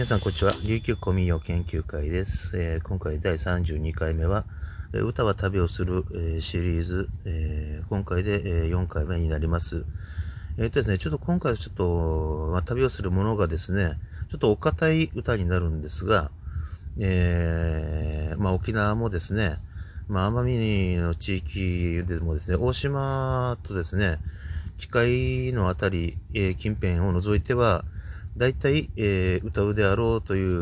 皆さんこんにちは。琉球古民謡研究会です。今回第32回目は、歌は旅をする、シリーズ、今回で、4回目になります。ですね、ちょっと今回はちょっと、旅をするものがですね、ちょっとお堅い歌になるんですが、沖縄もですね、奄美の地域でもですね、大島とですね、機械のあたり、近辺を除いては、大体、歌うであろうという、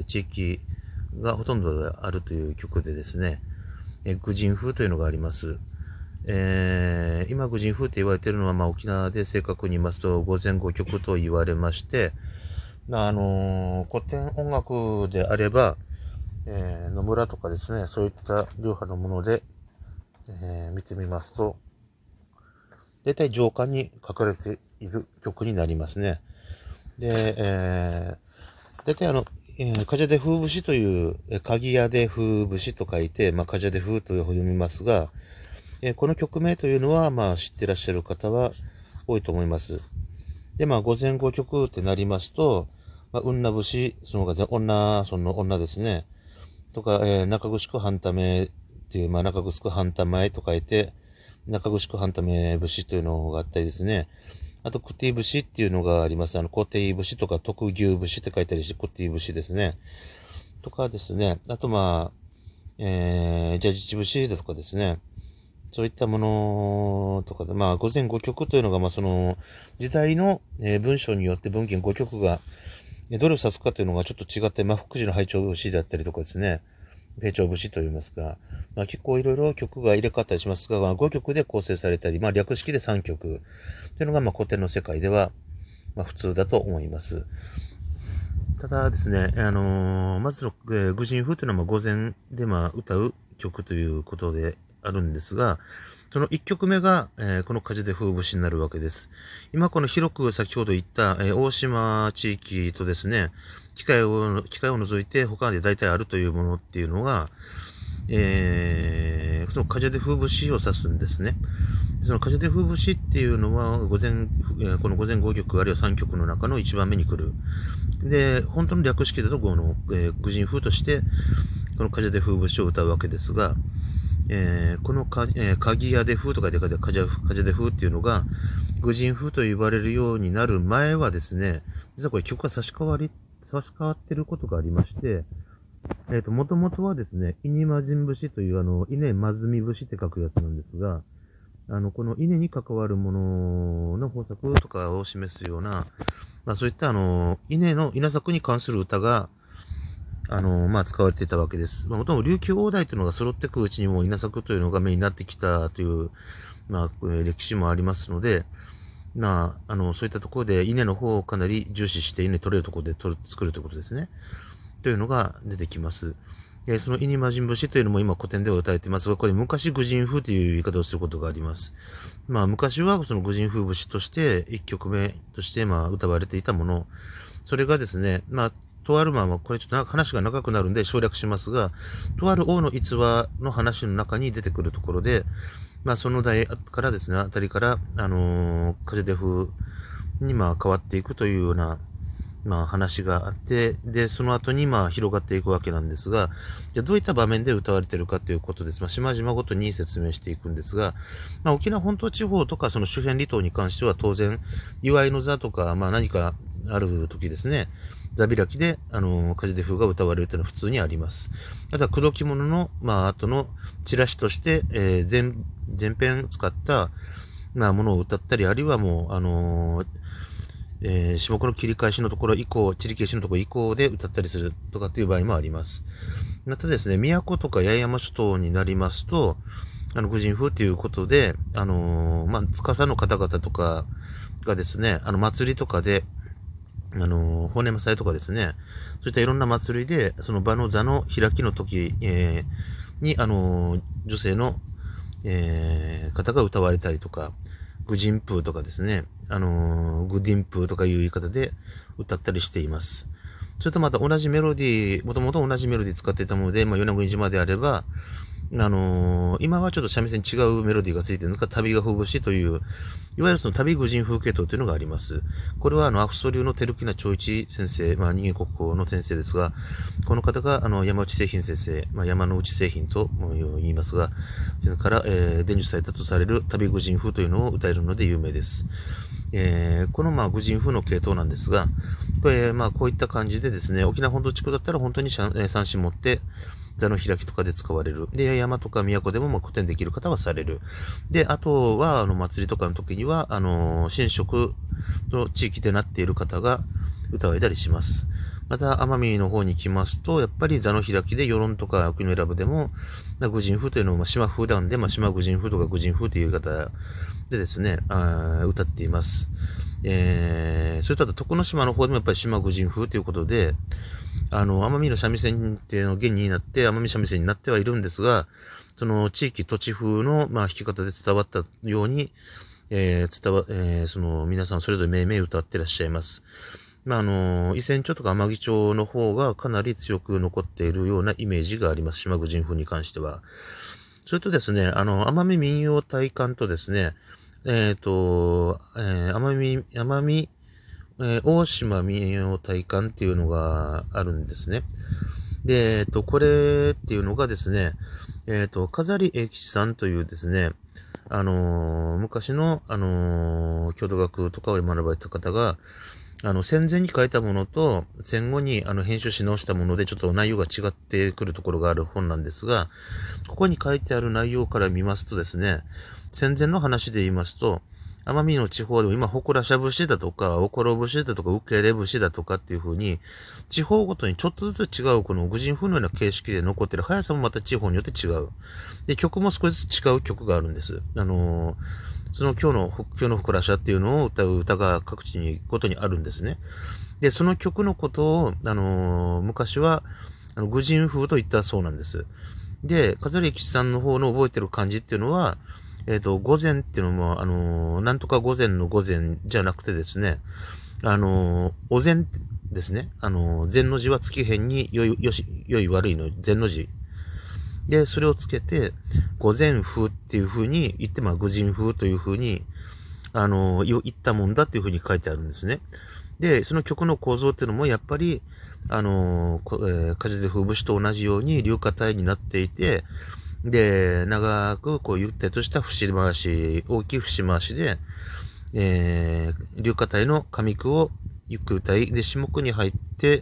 地域がほとんどであるという曲でですね、愚人風というのがあります。今、愚人風って言われているのは、沖縄で正確に言いますと、五前五曲と言われまして、古典音楽であれば、野村とかですね、そういった流派のもので、見てみますと、大体上巻に書かれている曲になりますね。で、大体カジャデ風節という、鍵屋で風節と書いて、カジャデ風と読みますが、この曲名というのは、知ってらっしゃる方は多いと思います。で、五前五曲ってなりますと、女節、その他、女、その女ですね。とか、中城半ためっていう、中城半たまえと書いて、中城半ため節というのがあったりですね。あと、クティ節っていうのがあります。コテイ節とか特牛節って書いたりして、クティ節ですね。とかですね。あと、ジャジチ節とかですね。そういったものとかで、五前五曲というのが、その、時代の、文章によって文献五曲が、どれを指すかというのがちょっと違って、福寺の拝聴節であったりとかですね。平調節と言いますか、結構いろいろ曲が入れ替わったりしますが、5曲で構成されたり、略式で3曲というのが、古典の世界では、普通だと思います。ただですね、まずの、愚人風というのは、午前で歌う曲ということであるんですが、その1曲目が、この火事で風節になるわけです。今この広く先ほど言った、大島地域とですね、機械を除いて他で大体あるというものっていうのが、その火事で風節を指すんですね。その火事で風節っていうのは、この午前5曲あるいは3曲の中の一番目に来る。で、本当の略式だとこの、愚人風として、この火事で風節を歌うわけですが、この鍵屋で風とかで火事で風っていうのが、愚人風と言われるようになる前はですね、実はこれ曲が差し替わってることがありまして、もともとはですね、稲まじん節という稲まずみ節って書くやつなんですが、この稲に関わるものの法則とかを示すような、そういった稲作に関する歌が、使われていたわけです。もともと琉球王代というのが揃ってくるうちにも稲作というのがメインになってきたという、歴史もありますので、そういったところで稲の方をかなり重視して稲取れるところで作るということですね。というのが出てきます。その稲まじん節というのも今古典では歌われていますが、これ昔愚人風という言い方をすることがあります。昔はその愚人風節として一曲目として歌われていたもの、それがですね、とあるこれちょっと話が長くなるんで省略しますが、とある王の逸話の話の中に出てくるところで、その代からですね、あたりから、風出風に変わっていくというような、話があって、で、その後に広がっていくわけなんですが、じゃどういった場面で歌われているかということです。島々ごとに説明していくんですが、沖縄本島地方とかその周辺離島に関しては当然、祝いの座とか、何かある時ですね、座開きで、風出風が歌われるというのは普通にあります。あとは、口説き物の、後のチラシとして、全編使った、ものを歌ったり、あるいはもう、下目の切り返しのところ以降、地理消しのところ以降で歌ったりするとかっていう場合もあります。またですね、宮古とか八重山諸島になりますと、愚人風ということで、司の方々とかがですね、祭りとかで、法祭とかですね、そういったいろんな祭りで、その場の座の開きの時、に、女性の、方が歌われたりとか、愚人風とかですね、愚人風とかいう言い方で歌ったりしています。それとまた同じメロディー、もともと同じメロディー使っていたもので、与那国島であれば、 今はちょっと三味線違うメロディーがついてるんですが、旅が風節という、いわゆるその旅愚人風景統というのがあります。これはアフソ流の照木名長一先生、人間国宝の先生ですが、この方が山内製品先生、山の内製品と言いますが、それから、伝授されたとされる旅愚人風というのを歌えるので有名です。この愚人風の系統なんですが、こういった感じでですね、沖縄本島地区だったら本当に三線持って、座の開きとかで使われる。で、山とか都でも古典できる方はされる。で、あとは、祭りとかの時には、神職の地域でなっている方が歌われたりします。また、奄美の方に来ますと、やっぱり座の開きで、世論とか沖永良部でも、愚人風というのを、島風なんで、島愚人風とか愚人風という言い方でですね、歌っています。それとあと、徳之島の方でもやっぱり島愚人風ということで、奄美の三味線っていうのが原になって、奄美三味線になってはいるんですが、その地域土地風の、弾き方で伝わったように、その皆さんそれぞれ命名歌ってらっしゃいます。伊仙町とか天城町の方がかなり強く残っているようなイメージがあります。島愚人風に関しては。それとですね、奄美民謡体感とですね、奄美、大島民謡体感っていうのがあるんですね。で、これっていうのがですね、飾り英吉さんというですね、昔の、郷土学とかを学ばれた方が、戦前に書いたものと、戦後に編集し直したものでちょっと内容が違ってくるところがある本なんですが、ここに書いてある内容から見ますとですね、戦前の話で言いますと、奄美の地方でも今、ほこらしゃ節だとか、おころ節だとか、受け入れ節だとかっていう風に、地方ごとにちょっとずつ違うこの愚人風のような形式で残ってる速さもまた地方によって違う。で、曲も少しずつ違う曲があるんです。その今日のふくらしゃっていうのを歌う歌が各地にごとにあるんですね。で、その曲のことを、昔は、愚人風と言ったそうなんです。で、飾り吉さんの方の覚えてる漢字っていうのは、午前っていうのも、なんとか午前の午前じゃなくてですね、お膳ですね。禅の字は月辺に良い悪いの禅の字。で、それをつけて、午前風っていう風に言って、愚人風という風に、言ったもんだっていう風に書いてあるんですね。で、その曲の構造っていうのもやっぱり、風で風節と同じように流歌体になっていて、で、長くこうゆったりとした節回し、大きい節回しで、流歌体の上句をゆっくり歌い、で、下句に入って、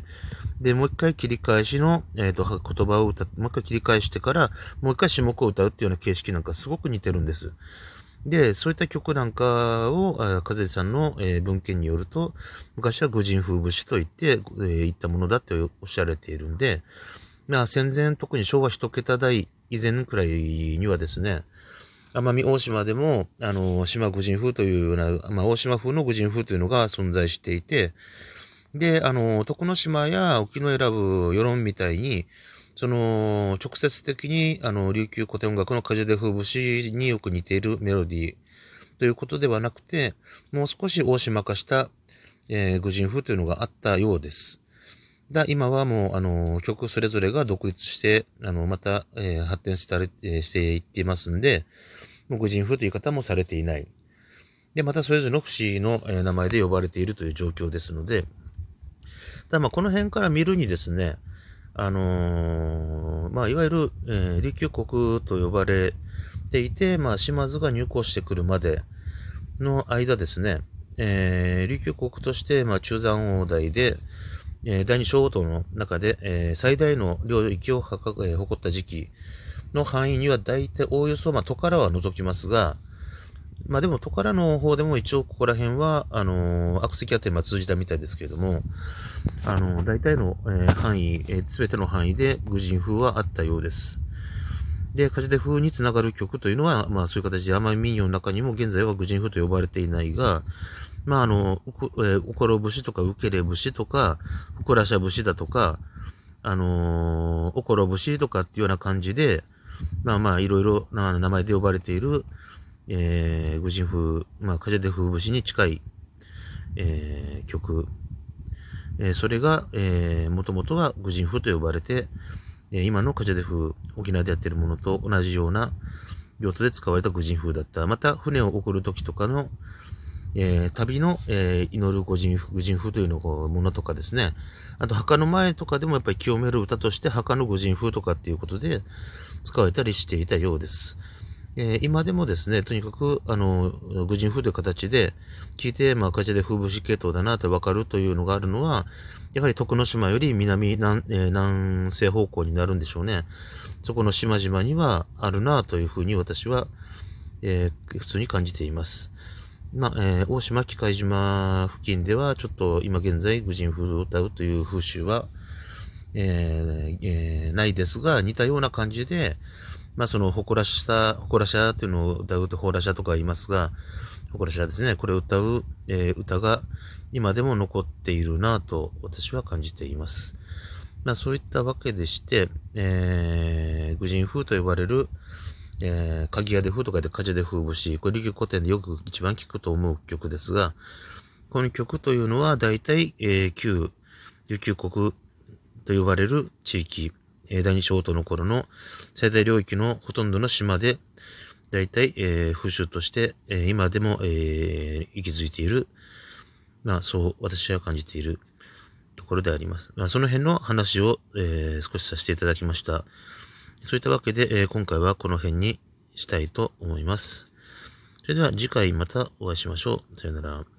で、もう一回切り返しの、言葉を歌って、もう一回切り返してから、もう一回下句を歌うっていうような形式なんかすごく似てるんです。で、そういった曲なんかを、風さんの、文献によると、昔は愚人風節と言って、言ったものだっておっしゃられているんで、戦前、特に昭和一桁台以前くらいにはですね、奄美大島でも、島愚人風というような、大島風の愚人風というのが存在していて、で、徳之島や沖永良部世論みたいに、直接的に、琉球古典音楽の風で風節によく似ているメロディーということではなくて、もう少し大島化した、愚人風というのがあったようです。今はもう、曲それぞれが独立して、また、発展していっていますんで、もう愚人風という言い方もされていない。で、またそれぞれの節の、名前で呼ばれているという状況ですので、この辺から見るにですね、いわゆる、琉球国と呼ばれていて、島津が入港してくるまでの間ですね、琉球国として、中山王代で、第二小王党の中で、最大の領域を誇った時期の範囲には大体おおよそ、トカラは除きますが、でもトカラの方でも一応ここら辺は、悪石あたり通じたみたいですけれども、大体の、範囲、すべての範囲で愚人風はあったようです。で、風で風につながる曲というのは、そういう形で奄美民謡の中にも現在は愚人風と呼ばれていないが、おころ節とか、受けれ節とか、ふくらしゃ節だとか、おころ節とかっていうような感じで、いろいろな名前で呼ばれている、愚人風、風で風節に近い、曲、それが、もともとは愚人風と呼ばれて、 今のカジャデ風、沖縄でやってるものと同じような用途で使われた愚人風だった。また、船を送るときとかの、旅の、祈る愚人風というのものとかですね。あと、墓の前とかでもやっぱり清める歌として墓の愚人風とかっていうことで使われたりしていたようです。今でもですね、とにかく、愚人風という形で聞いて、カジャデ風節系統だなってわかるというのがあるのは、やはり徳之島より南西方向になるんでしょうね。そこの島々にはあるなというふうに私は、普通に感じています。大島機械島付近では、ちょっと今現在、愚人風を歌うという風習は、ないですが、似たような感じで、その、誇らしさっていうのを歌うと、ほらしゃとか言いますが、誇らしゃですね、これを歌う、歌が今でも残っているなと私は感じています。そういったわけでして、愚人風と呼ばれる、鍵屋で風とかでカジャデ風節、これ、琉球古典でよく一番聞くと思う曲ですが、この曲というのは大体、旧琉球国と呼ばれる地域、第二小島の頃の最大領域のほとんどの島で、大体、風習として、今でも、息づいている、そう私は感じているところであります。その辺の話を、少しさせていただきました。そういったわけで、今回はこの辺にしたいと思います。それでは次回またお会いしましょう。さよなら。